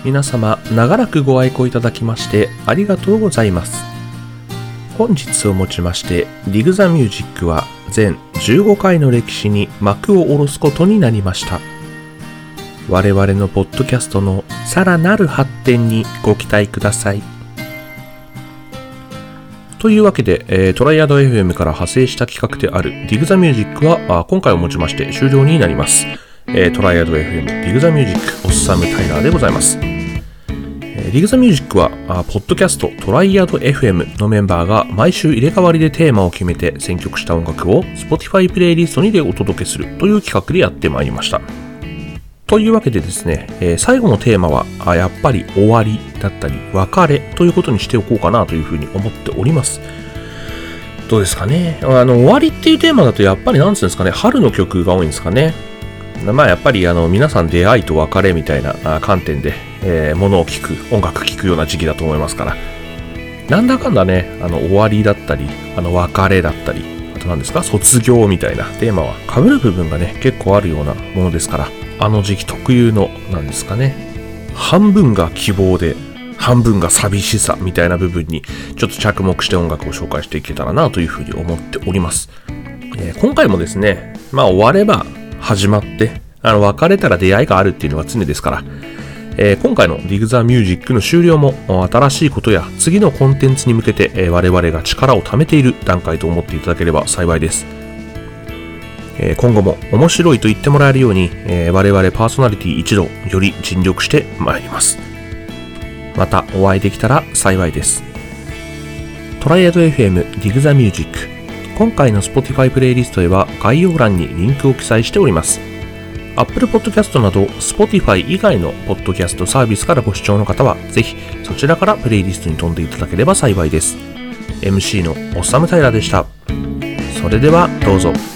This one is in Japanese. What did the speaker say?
皆様長らくご愛顧いただきましてありがとうございます。本日をもちましてディグザミュージックは全15回の歴史に幕を下ろすことになりました。我々のポッドキャストのさらなる発展にご期待ください。というわけで、トライアド FM から派生した企画であるディグザミュージックは今回をもちまして終了になります。トライアド FM ディグザミュージックオッサムタイラーでございます。ディグザミュージックはポッドキャストトライアド FM のメンバーが毎週入れ替わりでテーマを決めて選曲した音楽を Spotify プレイリストにてお届けするという企画でやってまいりました。というわけでですね、最後のテーマはやっぱり終わりだったり別れということにしておこうかなというふうに思っております。どうですかね。終わりっていうテーマだとやっぱりなんつうんですかね、春の曲が多いんですかね。やっぱり皆さん出会いと別れみたいな観点で、物を聴く音楽聴くような時期だと思いますから、なんだかんだね終わりだったり別れだったり、あと何ですか卒業みたいなテーマは被る部分がね結構あるようなものですから、時期特有のなんですかね、半分が希望で半分が寂しさみたいな部分にちょっと着目して音楽を紹介していけたらなというふうに思っております。今回もですね、終われば始まって別れたら出会いがあるっていうのが常ですから、今回のディグザミュージックの終了も新しいことや次のコンテンツに向けて、我々が力を貯めている段階と思っていただければ幸いです。今後も面白いと言ってもらえるように、我々パーソナリティ一同より尽力してまいります。またお会いできたら幸いです。トライアド FM ディグザミュージック、今回の Spotify プレイリストへは概要欄にリンクを記載しております。Apple Podcast など Spotify 以外のポッドキャストサービスからご視聴の方はぜひそちらからプレイリストに飛んでいただければ幸いです。MC のオッサムタイラーでした。それではどうぞ。